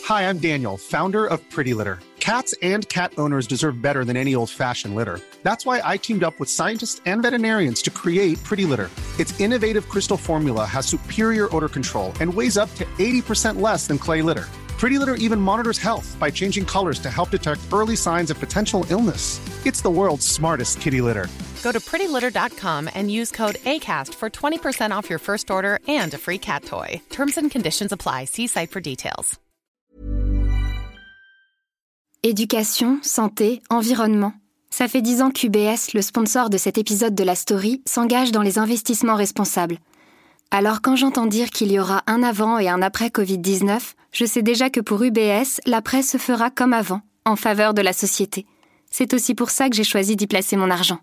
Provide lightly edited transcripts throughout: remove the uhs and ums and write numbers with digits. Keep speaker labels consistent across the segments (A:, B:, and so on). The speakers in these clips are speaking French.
A: Hi, I'm Daniel, founder of Pretty Litter. Cats and cat owners deserve better than any old-fashioned litter. That's why I teamed up with scientists and veterinarians to create Pretty Litter. Its innovative crystal formula has superior odor control and weighs up to 80% less than clay litter. Pretty Litter even monitors health by changing colors to help detect early signs of potential illness. It's the world's smartest kitty litter.
B: Go to prettylitter.com and use code ACAST for 20% off your first order and a free cat toy. Terms and conditions apply. See site for details.
C: Éducation, santé, environnement. Ça fait 10 ans qu'UBS, le sponsor de cet épisode de la story, s'engage dans les investissements responsables. Alors quand j'entends dire qu'il y aura un avant et un après Covid-19, je sais déjà que pour UBS, l'après se fera comme avant, en faveur de la société. C'est aussi pour ça que j'ai choisi d'y placer mon argent.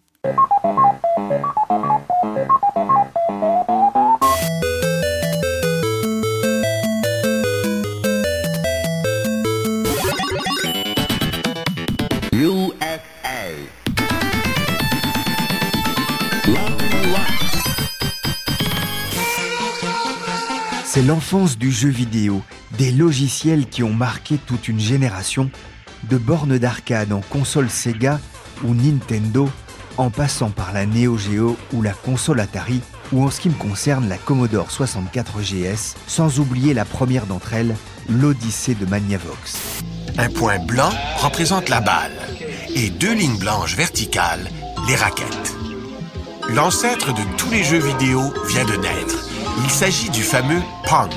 D: C'est l'enfance du jeu vidéo, des logiciels qui ont marqué toute une génération, de bornes d'arcade en console Sega ou Nintendo, en passant par la Neo Geo ou la console Atari, ou en ce qui me concerne la Commodore 64 GS, sans oublier la première d'entre elles, l'Odyssée de Magnavox.
E: Un point blanc représente la balle et 2 lignes blanches verticales, les raquettes. L'ancêtre de tous les jeux vidéo vient de naître. Il s'agit du fameux Pong.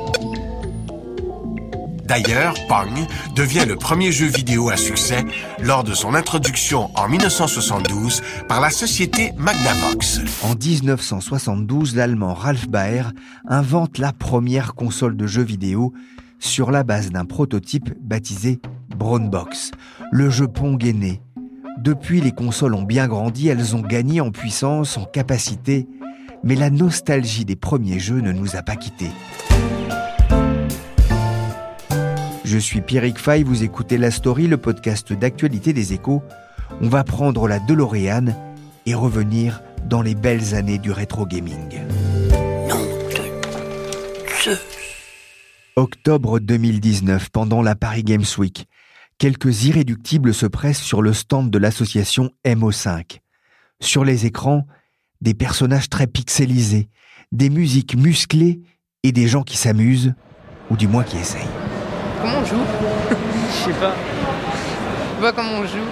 E: D'ailleurs, Pong devient le premier jeu vidéo à succès lors de son introduction en 1972 par la société Magnavox.
D: En 1972, l'Allemand Ralph Baer invente la première console de jeux vidéo sur la base d'un prototype baptisé Brownbox. Le jeu Pong est né. Depuis, les consoles ont bien grandi, elles ont gagné en puissance, en capacité, mais la nostalgie des premiers jeux ne nous a pas quittés. Je suis Pierrick Fay, vous écoutez La Story, le podcast d'actualité des Échos. On va prendre la DeLorean et revenir dans les belles années du rétro gaming.
F: Nom de Zeus.
D: Octobre 2019, pendant la Paris Games Week, quelques irréductibles se pressent sur le stand de l'association MO5. Sur les écrans, des personnages très pixelisés, des musiques musclées et des gens qui s'amusent, ou du moins qui essayent.
G: Comment on joue? Je sais pas. Je vois comment on joue.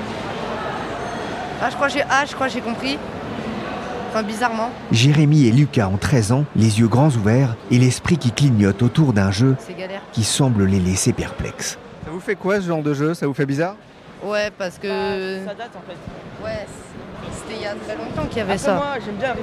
G: Je crois que j'ai compris. Enfin, bizarrement.
D: Jérémy et Lucas ont 13 ans, les yeux grands ouverts et l'esprit qui clignote autour d'un jeu qui semble les laisser perplexes.
H: Ça vous fait quoi ce genre de jeu? Ça vous fait bizarre?
G: Ouais, parce que...
I: Ça date en fait.
G: Ouais, c'était il y a très longtemps qu'il y avait
I: Après,
G: ça.
I: Moi, j'aime bien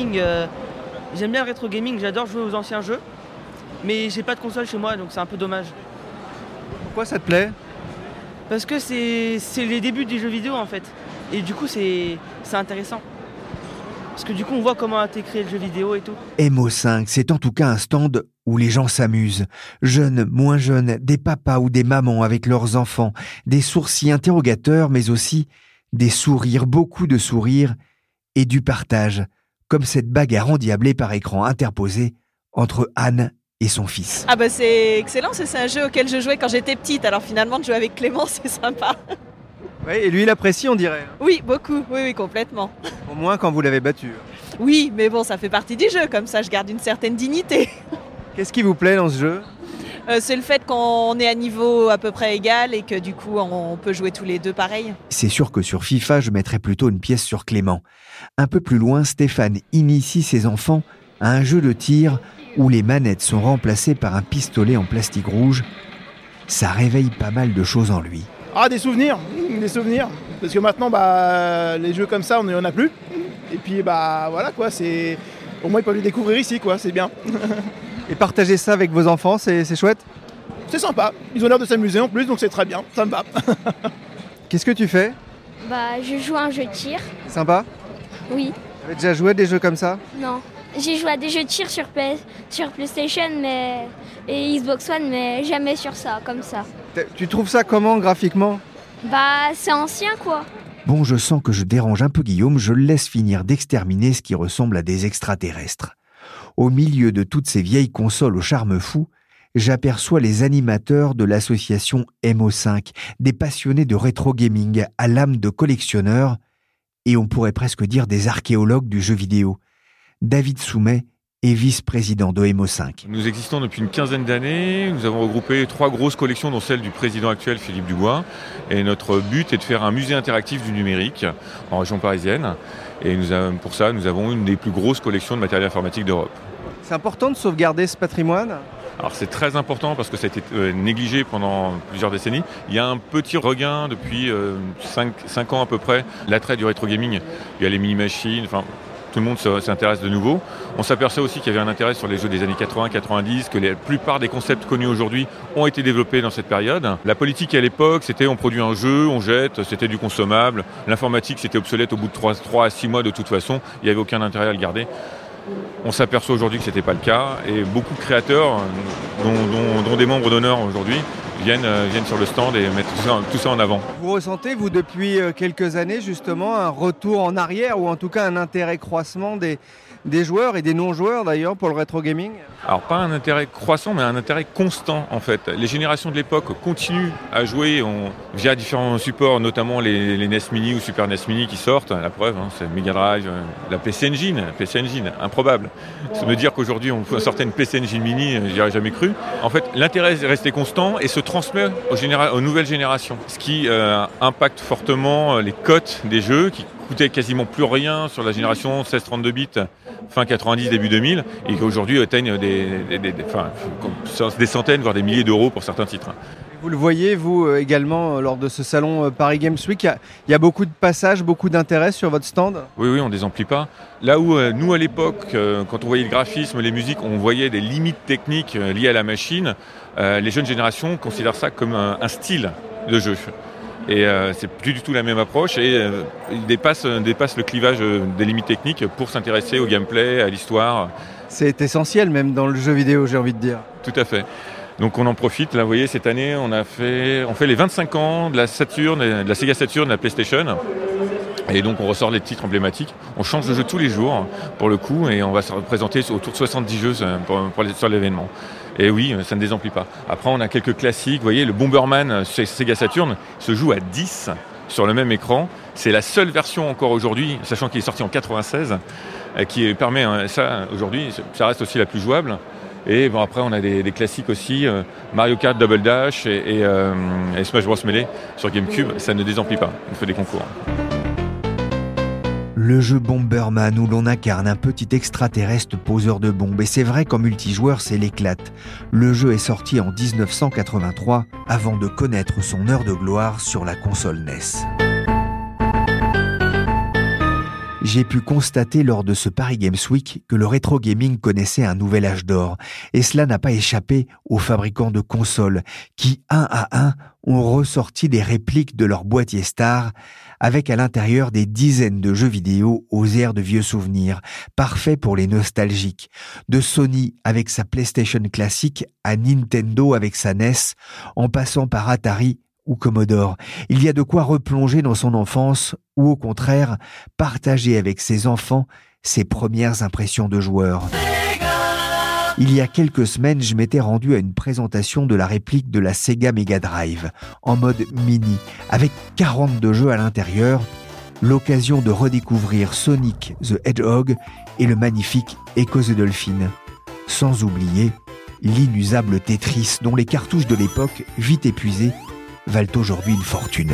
I: le rétro gaming. J'adore jouer aux anciens jeux. Mais j'ai pas de console chez moi, donc c'est un peu dommage.
H: Pourquoi ça te plaît?
I: Parce que c'est les débuts des jeux vidéo en fait. Et du coup, c'est intéressant. Parce que du coup, on voit comment a été créé le jeu vidéo et tout.
D: MO5, c'est en tout cas un stand où les gens s'amusent. Jeunes, moins jeunes, des papas ou des mamans avec leurs enfants, des sourcils interrogateurs, mais aussi des sourires, beaucoup de sourires et du partage, comme cette bagarre endiablée par écran interposé entre Anne et son fils.
J: Ah bah c'est excellent, c'est un jeu auquel je jouais quand j'étais petite, alors finalement de jouer avec Clément c'est sympa.
H: Oui, et lui il apprécie on dirait.
J: Oui, beaucoup, oui, complètement.
H: Au moins quand vous l'avez battu.
J: Oui, mais bon, ça fait partie du jeu, comme ça je garde une certaine dignité.
H: Qu'est-ce qui vous plaît dans ce jeu?
J: C'est le fait qu'on est à niveau à peu près égal et que du coup on peut jouer tous les deux pareil.
D: C'est sûr que sur FIFA, je mettrais plutôt une pièce sur Clément. Un peu plus loin, Stéphane initie ses enfants à un jeu de tir où les manettes sont remplacées par un pistolet en plastique rouge. Ça réveille pas mal de choses en lui.
K: Ah, des souvenirs. Parce que maintenant, les jeux comme ça, on n'en a plus. Et puis, voilà, quoi, c'est... Au moins, ils peuvent les découvrir ici, quoi, c'est bien.
H: Et partager ça avec vos enfants, c'est chouette?
K: C'est sympa. Ils ont l'air de s'amuser en plus, donc c'est très bien, ça me va.
H: Qu'est-ce que tu fais?
L: Je joue à un jeu de tir.
H: Sympa?
L: Oui.
H: Tu avais déjà joué à des jeux comme ça?
L: Non. J'ai joué à des jeux de tir sur PlayStation et Xbox One, mais jamais sur ça, comme ça.
H: Tu trouves ça comment graphiquement?
L: C'est ancien quoi.
D: Bon, je sens que je dérange un peu Guillaume, je le laisse finir d'exterminer ce qui ressemble à des extraterrestres. Au milieu de toutes ces vieilles consoles au charme fou, j'aperçois les animateurs de l'association MO5, des passionnés de rétro gaming à l'âme de collectionneurs, et on pourrait presque dire des archéologues du jeu vidéo. David Soumet est vice-président de MO5.
M: Nous existons depuis une quinzaine d'années. Nous avons regroupé 3 grosses collections, dont celle du président actuel, Philippe Dubois. Et notre but est de faire un musée interactif du numérique en région parisienne. Et pour ça, nous avons une des plus grosses collections de matériel informatique d'Europe.
H: C'est important de sauvegarder ce patrimoine ?
M: Alors c'est très important parce que ça a été négligé pendant plusieurs décennies. Il y a un petit regain depuis 5 ans à peu près, l'attrait du rétro gaming. Il y a les mini-machines, enfin tout le monde s'intéresse de nouveau. On s'aperçoit aussi qu'il y avait un intérêt sur les jeux des années 80-90, que la plupart des concepts connus aujourd'hui ont été développés dans cette période. La politique à l'époque, c'était on produit un jeu, on jette, c'était du consommable. L'informatique, c'était obsolète au bout de 3 à 6 mois de toute façon. Il n'y avait aucun intérêt à le garder. On s'aperçoit aujourd'hui que ce n'était pas le cas et beaucoup de créateurs, dont des membres d'honneur aujourd'hui, viennent sur le stand et mettent tout ça en avant.
H: Vous ressentez, vous, depuis quelques années, justement, un retour en arrière ou en tout cas un intérêt croissant des joueurs et des non-joueurs d'ailleurs pour le rétro gaming ?
M: Alors pas un intérêt croissant mais un intérêt constant en fait. Les générations de l'époque continuent à jouer via différents supports, notamment les NES Mini ou Super NES Mini qui sortent. La preuve, c'est Mega Drive, la PC Engine, improbable. Me dire qu'aujourd'hui on sortait une PC Engine Mini, j'y aurais jamais cru. En fait, l'intérêt est resté constant et se transmet aux nouvelles générations. Ce qui impacte fortement les cotes des jeux qui coûtaient quasiment plus rien sur la génération 16-32 bits fin 90, début 2000 et qui aujourd'hui atteignent des centaines, voire des milliers d'euros pour certains titres.
H: Vous le voyez, vous également, lors de ce salon Paris Games Week, il y a beaucoup de passages, beaucoup d'intérêt sur votre stand ?
M: Oui, on ne désemplit pas. Là où nous, à l'époque, quand on voyait le graphisme, les musiques, on voyait des limites techniques liées à la machine, les jeunes générations considèrent ça comme un style de jeu. Et c'est plus du tout la même approche et il dépasse le clivage des limites techniques pour s'intéresser au gameplay, à l'histoire.
H: C'est essentiel même dans le jeu vidéo, j'ai envie de dire.
M: Tout à fait. Donc on en profite. Là, vous voyez, cette année, on fait les 25 ans de la Saturn, de la Sega Saturn, de la PlayStation. Et donc on ressort les titres emblématiques. On change de jeu tous les jours, pour le coup, et on va se représenter autour de 70 jeux sur l'événement. Et oui, ça ne désemplit pas. Après, on a quelques classiques. Vous voyez, le Bomberman Sega Saturn se joue à 10 sur le même écran. C'est la seule version encore aujourd'hui, sachant qu'il est sorti en 96, qui permet ça aujourd'hui. Ça reste aussi la plus jouable. Et bon, après, on a des classiques aussi, Mario Kart Double Dash et Smash Bros Melee sur GameCube. Ça ne désemplit pas. On fait des concours.
D: Le jeu Bomberman où l'on incarne un petit extraterrestre poseur de bombes. Et c'est vrai qu'en multijoueur, c'est l'éclate. Le jeu est sorti en 1983 avant de connaître son heure de gloire sur la console NES. J'ai pu constater lors de ce Paris Games Week que le rétro gaming connaissait un nouvel âge d'or. Et cela n'a pas échappé aux fabricants de consoles qui, un à un, ont ressorti des répliques de leurs boîtiers stars avec à l'intérieur des dizaines de jeux vidéo aux airs de vieux souvenirs, parfaits pour les nostalgiques. De Sony avec sa PlayStation classique à Nintendo avec sa NES, en passant par Atari ou Commodore. Il y a de quoi replonger dans son enfance ou au contraire, partager avec ses enfants ses premières impressions de joueur. Il y a quelques semaines, je m'étais rendu à une présentation de la réplique de la Sega Mega Drive, en mode mini, avec 42 jeux à l'intérieur, l'occasion de redécouvrir Sonic the Hedgehog et le magnifique Echo the Dolphin. Sans oublier l'inusable Tetris, dont les cartouches de l'époque, vite épuisées, valent aujourd'hui une fortune.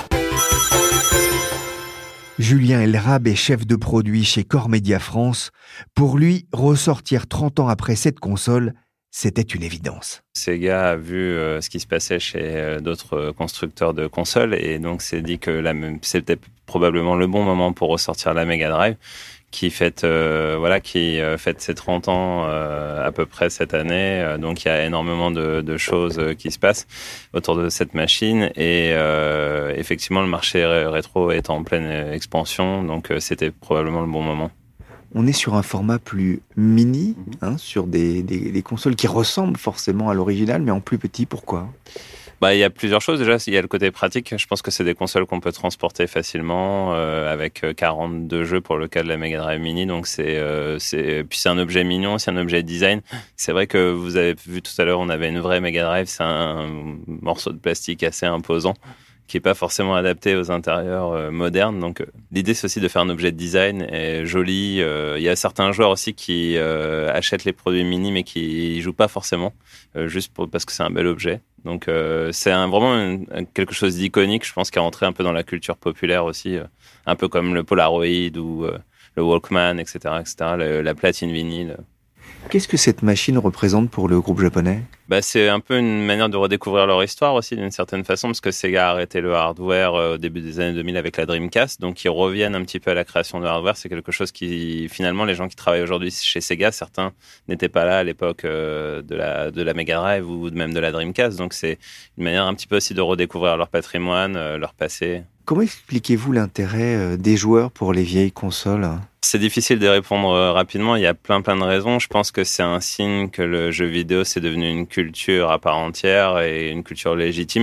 D: Julien Elrab est chef de produit chez Core Media France. Pour lui, ressortir 30 ans après cette console, c'était une évidence.
N: Sega a vu ce qui se passait chez d'autres constructeurs de consoles et donc s'est dit que c'était probablement le bon moment pour ressortir la Mega Drive qui fête ses 30 ans à peu près cette année. Donc il y a énormément de choses qui se passent autour de cette machine et effectivement le marché rétro est en pleine expansion, donc c'était probablement le bon moment.
D: On est sur un format plus mini, sur des consoles qui ressemblent forcément à l'original, mais en plus petit. Pourquoi ?
N: Il y a plusieurs choses. Déjà, il y a le côté pratique. Je pense que c'est des consoles qu'on peut transporter facilement avec 42 jeux pour le cas de la Mega Drive Mini. Donc, puis c'est un objet mignon, c'est un objet design. C'est vrai que vous avez vu tout à l'heure, on avait une vraie Mega Drive. C'est un morceau de plastique assez imposant qui est pas forcément adapté aux intérieurs modernes. Donc, l'idée, c'est aussi de faire un objet de design joli. Il y a certains joueurs aussi qui achètent les produits mini, mais qui y jouent pas forcément, juste parce que c'est un bel objet. Donc, c'est vraiment quelque chose d'iconique, je pense, qui est rentré un peu dans la culture populaire aussi, un peu comme le Polaroid ou le Walkman, etc., la platine vinyle.
D: Qu'est-ce que cette machine représente pour le groupe japonais ?
N: C'est un peu une manière de redécouvrir leur histoire aussi, d'une certaine façon, parce que Sega a arrêté le hardware au début des années 2000 avec la Dreamcast, donc ils reviennent un petit peu à la création de hardware. C'est quelque chose qui, finalement, les gens qui travaillent aujourd'hui chez Sega, certains n'étaient pas là à l'époque de la Mega Drive ou même de la Dreamcast, donc c'est une manière un petit peu aussi de redécouvrir leur patrimoine, leur passé.
D: Comment expliquez-vous l'intérêt des joueurs pour les vieilles consoles ?
N: C'est difficile de répondre rapidement, il y a plein de raisons. Je pense que c'est un signe que le jeu vidéo, c'est devenu une culture à part entière et une culture légitime.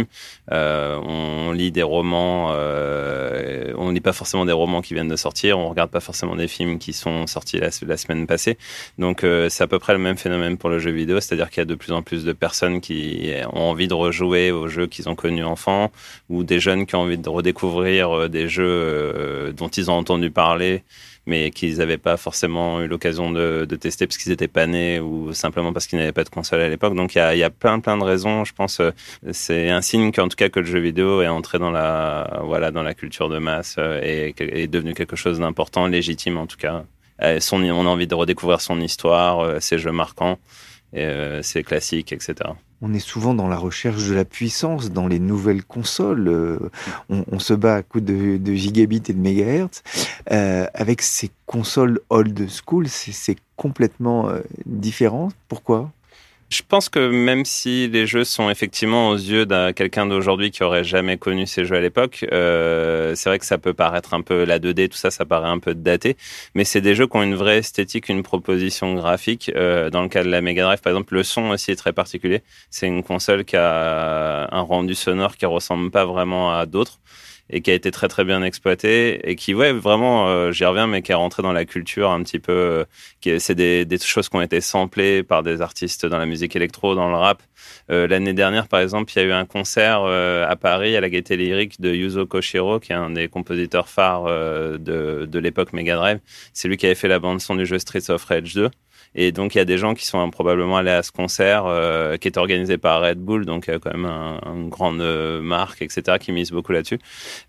N: On lit des romans, on lit pas forcément des romans qui viennent de sortir, on regarde pas forcément des films qui sont sortis la semaine passée. Donc c'est à peu près le même phénomène pour le jeu vidéo, c'est-à-dire qu'il y a de plus en plus de personnes qui ont envie de rejouer aux jeux qu'ils ont connus enfants, ou des jeunes qui ont envie de redécouvrir des jeux dont ils ont entendu parler, mais qu'ils n'avaient pas forcément eu l'occasion de tester parce qu'ils n'étaient pas nés ou simplement parce qu'ils n'avaient pas de console à l'époque. Donc il y a plein de raisons. Je pense c'est un signe qu'en tout cas que le jeu vidéo est entré dans la culture de masse et est devenu quelque chose d'important, légitime en tout cas. On a envie de redécouvrir son histoire, ses jeux marquants, ses classiques, etc.
D: On est souvent dans la recherche de la puissance dans les nouvelles consoles. On se bat à coups de gigabits et de mégahertz. Avec ces consoles old school, c'est complètement différent. Pourquoi ?
N: Je pense que même si les jeux sont effectivement aux yeux d'un quelqu'un d'aujourd'hui qui aurait jamais connu ces jeux à l'époque, c'est vrai que ça peut paraître un peu la 2D, tout ça, ça paraît un peu daté, mais c'est des jeux qui ont une vraie esthétique, une proposition graphique. Dans le cas de la Mega Drive, par exemple, le son aussi est très particulier. C'est une console qui a un rendu sonore qui ressemble pas vraiment à d'autres, et qui a été très bien exploité et qui, vraiment, j'y reviens, mais qui est rentré dans la culture un petit peu. C'est des choses qui ont été samplées par des artistes dans la musique électro, dans le rap. L'année dernière, par exemple, il y a eu un concert à Paris à la Gaîté Lyrique de Yuzo Koshiro, qui est un des compositeurs phares de l'époque Mega Drive. C'est lui qui avait fait la bande-son du jeu Streets of Rage 2. Et donc, il y a des gens qui sont probablement allés à ce concert qui est organisé par Red Bull, donc quand même une grande marque, etc., qui mise beaucoup là-dessus,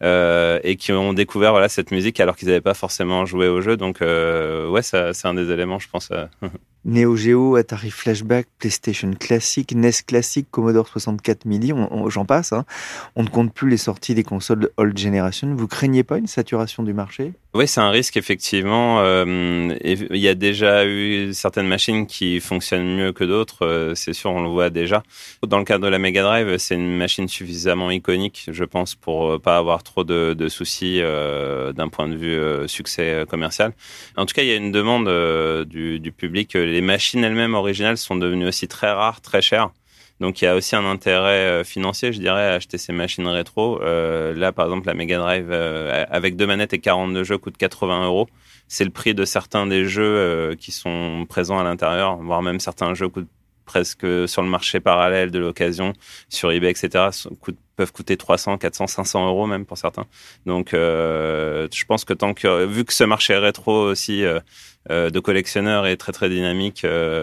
N: et qui ont découvert cette musique alors qu'ils n'avaient pas forcément joué au jeu. Donc, ça, c'est un des éléments, je pense.
D: Neo Geo, Atari Flashback, PlayStation Classic, NES Classic, Commodore 64 MIDI, j'en passe. On ne compte plus les sorties des consoles old generation. Vous craignez pas une saturation du marché ?
N: Oui, c'est un risque, effectivement. Il y a déjà eu certaines machines qui fonctionnent mieux que d'autres, c'est sûr, on le voit déjà. Dans le cas de la Mega Drive, c'est une machine suffisamment iconique, je pense, pour pas avoir trop de soucis d'un point de vue succès commercial. En tout cas, il y a une demande du public. Les machines elles-mêmes originales sont devenues aussi très rares, très chères. Donc il y a aussi un intérêt financier, je dirais, à acheter ces machines rétro. Là, par exemple, la Mega Drive avec 2 manettes et 42 jeux coûte 80 €. C'est le prix de certains des jeux qui sont présents à l'intérieur, voire même certains jeux coûtent presque sur le marché parallèle de l'occasion, sur eBay, etc., peuvent coûter 300, 400, 500 € même pour certains. Donc je pense que vu que ce marché rétro aussi de collectionneurs est très dynamique,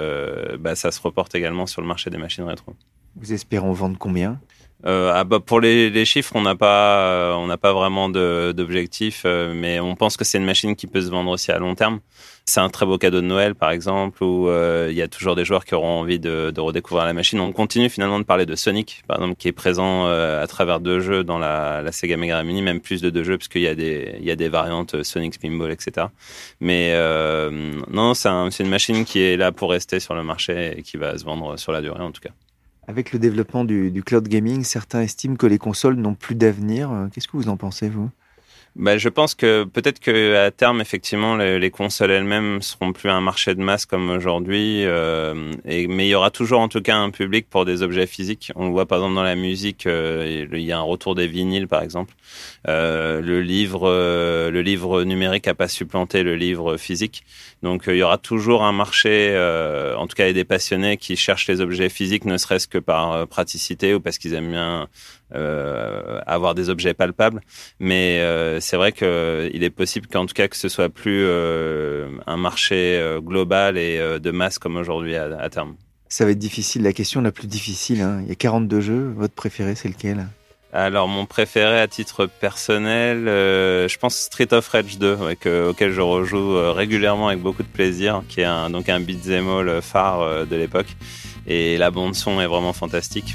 N: ça se reporte également sur le marché des machines rétro.
D: Vous espérez en vendre combien ?
N: Pour les chiffres, on n'a pas vraiment d'objectif, mais on pense que c'est une machine qui peut se vendre aussi à long terme. C'est un très beau cadeau de Noël, par exemple, où il y a toujours des joueurs qui auront envie de redécouvrir la machine. On continue finalement de parler de Sonic, par exemple, qui est présent à travers 2 jeux dans la Sega Mega Drive Mini, même plus de 2 jeux, puisqu'il y a des variantes Sonic Spinball, etc. Mais non, c'est une machine qui est là pour rester sur le marché et qui va se vendre sur la durée, en tout cas.
D: Avec le développement du cloud gaming, certains estiment que les consoles n'ont plus d'avenir. Qu'est-ce que vous en pensez, vous ?
N: Je pense que peut-être qu'à terme, effectivement, les consoles elles-mêmes seront plus un marché de masse comme aujourd'hui, mais il y aura toujours en tout cas un public pour des objets physiques. On le voit par exemple dans la musique, il y a un retour des vinyles par exemple. Le livre numérique a pas supplanté le livre physique, donc il y aura toujours un marché, en tout cas des passionnés qui cherchent les objets physiques, ne serait-ce que par praticité ou parce qu'ils aiment bien avoir des objets palpables, mais c'est vrai qu'il est possible qu'en tout cas que ce soit plus un marché global et de masse comme aujourd'hui à terme.
D: Ça va être difficile, la question la plus difficile, hein. Il y a 42 jeux, votre préféré c'est lequel ?
N: Alors mon préféré à titre personnel, je pense Street of Rage 2, auquel je rejoue régulièrement avec beaucoup de plaisir, qui est un beat'em all phare de l'époque, et la bande son est vraiment fantastique.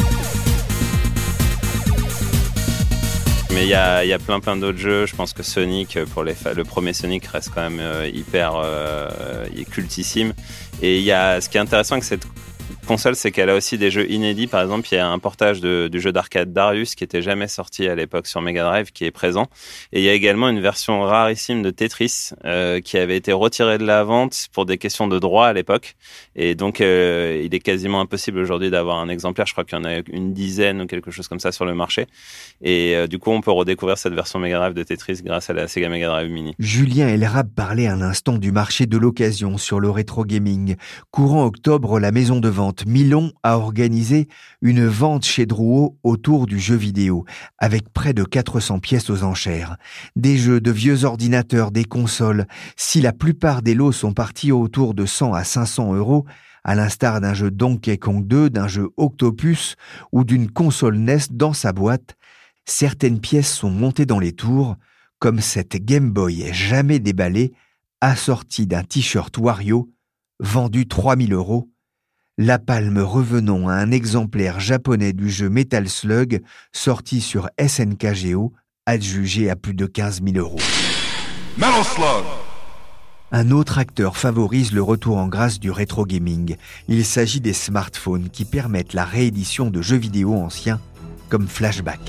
N: Mais il y a plein d'autres jeux. Je pense que Sonic, le premier Sonic reste quand même hyper cultissime. Et ce qui est intéressant avec cette console, c'est qu'elle a aussi des jeux inédits. Par exemple, il y a un portage du jeu d'arcade Darius qui était jamais sorti à l'époque sur Mega Drive qui est présent. Et il y a également une version rarissime de Tetris qui avait été retirée de la vente pour des questions de droit à l'époque. Et donc, il est quasiment impossible aujourd'hui d'avoir un exemplaire. Je crois qu'il y en a une dizaine ou quelque chose comme ça sur le marché. Et du coup, on peut redécouvrir cette version Mega Drive de Tetris grâce à la Sega Mega Drive Mini.
D: Julien Elrab parlait un instant du marché de l'occasion sur le rétro gaming. Courant octobre, la maison de vente Milon a organisé une vente chez Drouot autour du jeu vidéo, avec près de 400 pièces aux enchères. Des jeux, de vieux ordinateurs, des consoles. Si la plupart des lots sont partis autour de 100 à 500 €, à l'instar d'un jeu Donkey Kong 2, d'un jeu Octopus ou d'une console NES dans sa boîte, certaines pièces sont montées dans les tours, comme cette Game Boy jamais déballée, assortie d'un t-shirt Wario, vendu 3000 €. La palme revenant à un exemplaire japonais du jeu Metal Slug, sorti sur SNK Geo, adjugé à plus de 15 000 €. Metal Slug! Un autre acteur favorise le retour en grâce du rétro gaming. Il s'agit des smartphones qui permettent la réédition de jeux vidéo anciens, comme Flashback.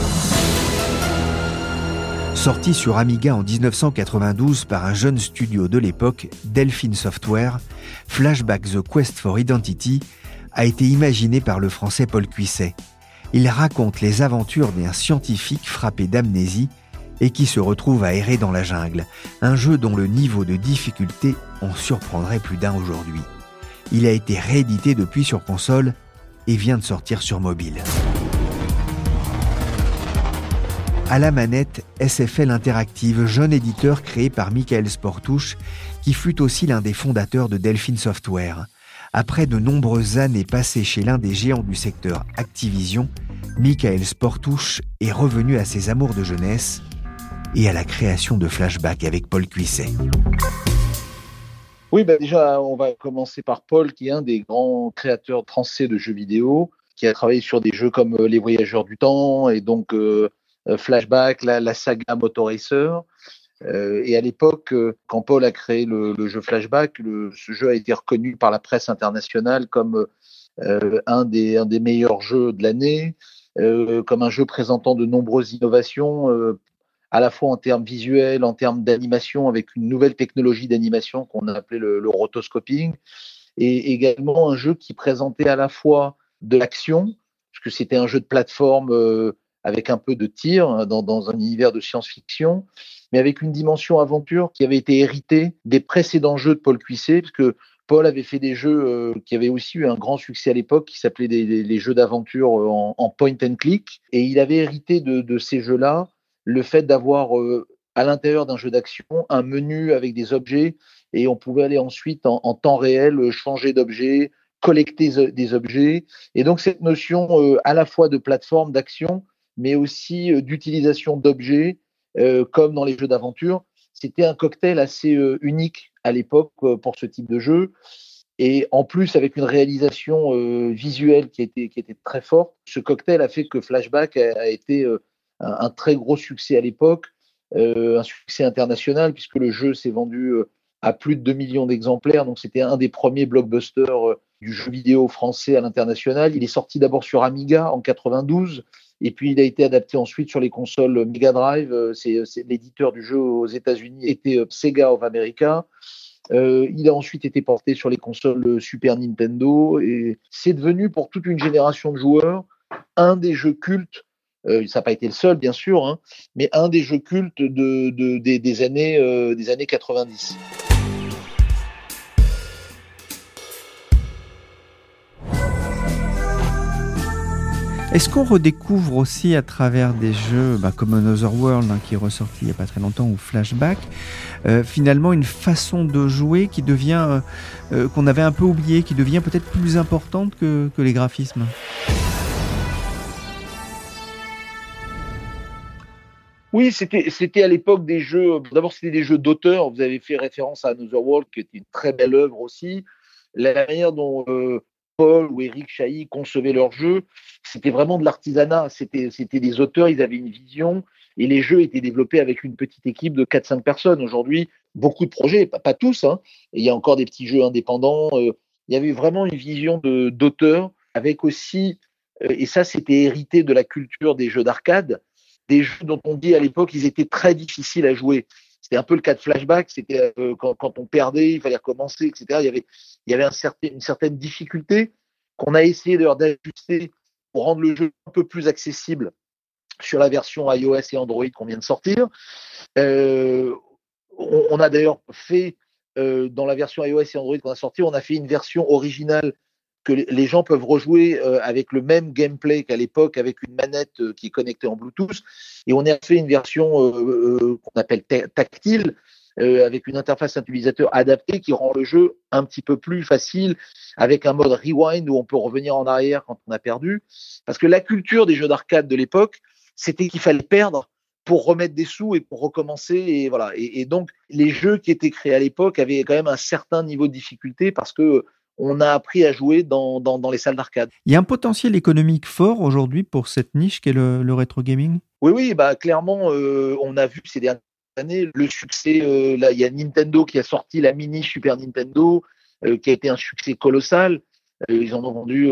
D: Sorti sur Amiga en 1992 par un jeune studio de l'époque, Delphine Software, Flashback The Quest for Identity a été imaginé par le français Paul Cuisset. Il raconte les aventures d'un scientifique frappé d'amnésie et qui se retrouve à errer dans la jungle, un jeu dont le niveau de difficulté en surprendrait plus d'un aujourd'hui. Il a été réédité depuis sur console et vient de sortir sur mobile. À la manette, SFL Interactive, jeune éditeur créé par Michael Sportouche, qui fut aussi l'un des fondateurs de Delphine Software. Après de nombreuses années passées chez l'un des géants du secteur Activision, Michael Sportouche est revenu à ses amours de jeunesse et à la création de Flashback avec Paul Cuisset.
O: Oui, déjà, on va commencer par Paul, qui est un des grands créateurs français de jeux vidéo, qui a travaillé sur des jeux comme Les Voyageurs du Temps et donc Flashback, la saga Motor Racer. Et à l'époque, quand Paul a créé le jeu Flashback, ce jeu a été reconnu par la presse internationale comme un des meilleurs jeux de l'année, comme un jeu présentant de nombreuses innovations, à la fois en termes visuels, en termes d'animation, avec une nouvelle technologie d'animation qu'on a appelée le rotoscoping, et également un jeu qui présentait à la fois de l'action, parce que c'était un jeu de plateforme avec un peu de tir dans un univers de science-fiction, mais avec une dimension aventure qui avait été héritée des précédents jeux de Paul Cuisset, parce que Paul avait fait des jeux qui avaient aussi eu un grand succès à l'époque, qui s'appelaient les jeux d'aventure en point and click, et il avait hérité de ces jeux-là le fait d'avoir à l'intérieur d'un jeu d'action un menu avec des objets, et on pouvait aller ensuite en temps réel changer d'objet, collecter des objets, et donc cette notion à la fois de plateforme, d'action, mais aussi d'utilisation d'objets, comme dans les jeux d'aventure. C'était un cocktail assez unique à l'époque pour ce type de jeu. Et en plus, avec une réalisation visuelle qui était très forte, ce cocktail a fait que Flashback a été un très gros succès à l'époque, un succès international, puisque le jeu s'est vendu à plus de 2 millions d'exemplaires. Donc c'était un des premiers blockbusters du jeu vidéo français à l'international. Il est sorti d'abord sur Amiga en 92, Et puis il a été adapté ensuite sur les consoles Mega Drive. C'est l'éditeur du jeu aux États-Unis était Sega of America. Il a ensuite été porté sur les consoles Super Nintendo et c'est devenu pour toute une génération de joueurs un des jeux cultes. Ça n'a pas été le seul, bien sûr, hein, mais un des jeux cultes des années 90.
D: Est-ce qu'on redécouvre aussi à travers des jeux comme Another World qui est ressorti il n'y a pas très longtemps ou Flashback, finalement une façon de jouer qui devient, qu'on avait un peu oublié, qui devient peut-être plus importante que les graphismes?
O: Oui, c'était à l'époque des jeux. D'abord, c'était des jeux d'auteur. Vous avez fait référence à Another World, qui était une très belle œuvre aussi. La manière dont Paul ou Eric Chahi concevaient leurs jeux, c'était vraiment de l'artisanat. C'était des auteurs, ils avaient une vision et les jeux étaient développés avec une petite équipe de 4-5 personnes. Aujourd'hui, beaucoup de projets, pas tous, hein. Et il y a encore des petits jeux indépendants. Il y avait vraiment une vision d'auteur avec aussi, et ça c'était hérité de la culture des jeux d'arcade, des jeux dont on dit à l'époque ils étaient très difficiles à jouer. C'était un peu le cas de Flashback, c'était quand on perdait, il fallait recommencer, etc. Il y avait une certaine difficulté qu'on a essayé d'ajuster pour rendre le jeu un peu plus accessible sur la version iOS et Android qu'on vient de sortir. On a d'ailleurs fait, dans la version iOS et Android qu'on a sorti, on a fait une version originale que les gens peuvent rejouer avec le même gameplay qu'à l'époque, avec une manette qui est connectée en Bluetooth. Et on a fait une version qu'on appelle tactile, avec une interface utilisateur adaptée qui rend le jeu un petit peu plus facile, avec un mode rewind où on peut revenir en arrière quand on a perdu. Parce que la culture des jeux d'arcade de l'époque, c'était qu'il fallait perdre pour remettre des sous et pour recommencer. Et voilà. Et donc, les jeux qui étaient créés à l'époque avaient quand même un certain niveau de difficulté parce que on a appris à jouer dans les salles d'arcade.
D: Il y a un potentiel économique fort aujourd'hui pour cette niche qu'est le rétro gaming?
O: Oui, clairement, on a vu ces dernières années le succès. Là, il y a Nintendo qui a sorti la mini Super Nintendo, qui a été un succès colossal. Ils en ont vendu.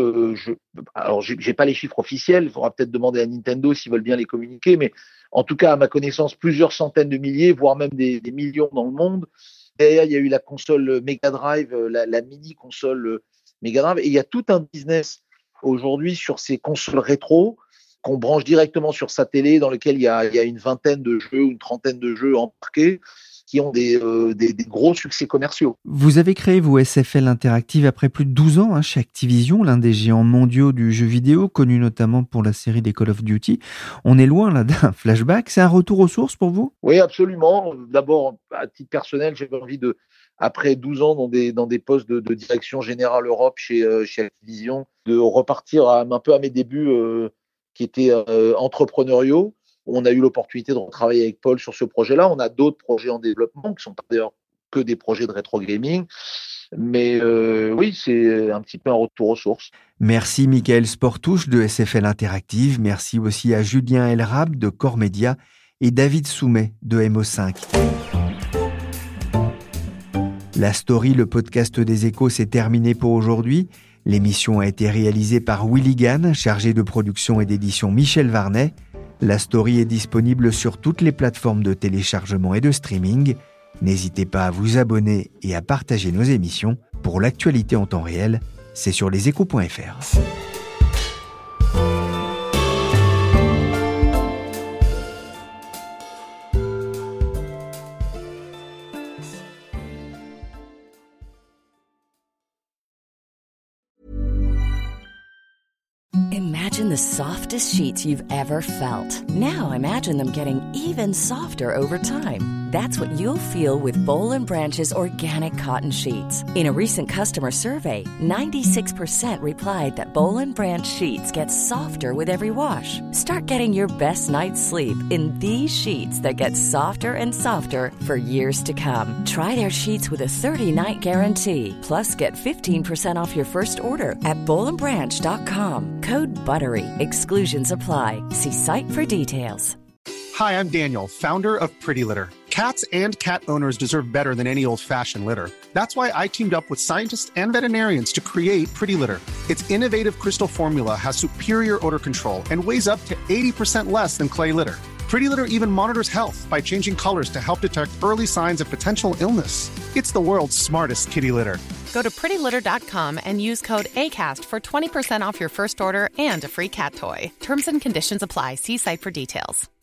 O: Alors, j'ai pas les chiffres officiels. Il faudra peut-être demander à Nintendo s'ils veulent bien les communiquer. Mais en tout cas, à ma connaissance, plusieurs centaines de milliers, voire même des millions dans le monde. Derrière, il y a eu la console Mega Drive, la mini console Mega Drive. Et il y a tout un business aujourd'hui sur ces consoles rétro qu'on branche directement sur sa télé, dans lequel il y a une vingtaine de jeux ou une trentaine de jeux embarqués qui ont des gros succès commerciaux.
D: Vous avez créé vos SFL Interactive après plus de 12 ans chez Activision, l'un des géants mondiaux du jeu vidéo, connu notamment pour la série des Call of Duty. On est loin là d'un Flashback. C'est un retour aux sources pour vous?
O: Oui, absolument. D'abord, à titre personnel, j'avais envie après 12 ans dans des postes de direction générale Europe chez Activision, de repartir un peu à mes débuts qui étaient entrepreneuriaux. On a eu l'opportunité de travailler avec Paul sur ce projet-là. On a d'autres projets en développement qui sont d'ailleurs que des projets de rétro gaming. Mais oui, c'est un petit peu un retour aux sources.
D: Merci Michael Sportouche de SFL Interactive. Merci aussi à Julien Elrab de Core Media et David Soumet de MO5. La story, le podcast des Échos, c'est terminé pour aujourd'hui. L'émission a été réalisée par Willy Gann, chargé de production et d'édition Michel Varnet. La story est disponible sur toutes les plateformes de téléchargement et de streaming. N'hésitez pas à vous abonner et à partager nos émissions. Pour l'actualité en temps réel, c'est sur leséchos.fr.
P: Imagine the softest sheets you've ever felt. Now imagine them getting even softer over time. That's what you'll feel with Boll & Branch's organic cotton sheets. In a recent customer survey, 96% replied that Boll & Branch sheets get softer with every wash. Start getting your best night's sleep in these sheets that get softer and softer for years to come. Try their sheets with a 30-night guarantee. Plus, get 15% off your first order at bollandbranch.com. Code BUTTERY. Exclusions apply. See site for details.
A: Hi, I'm Daniel, founder of Pretty Litter. Cats and cat owners deserve better than any old-fashioned litter. That's why I teamed up with scientists and veterinarians to create Pretty Litter. Its innovative crystal formula has superior odor control and weighs up to 80% less than clay litter. Pretty Litter even monitors health by changing colors to help detect early signs of potential illness. It's the world's smartest kitty litter.
B: Go to prettylitter.com and use code ACAST for 20% off your first order and a free cat toy. Terms and conditions apply. See site for details.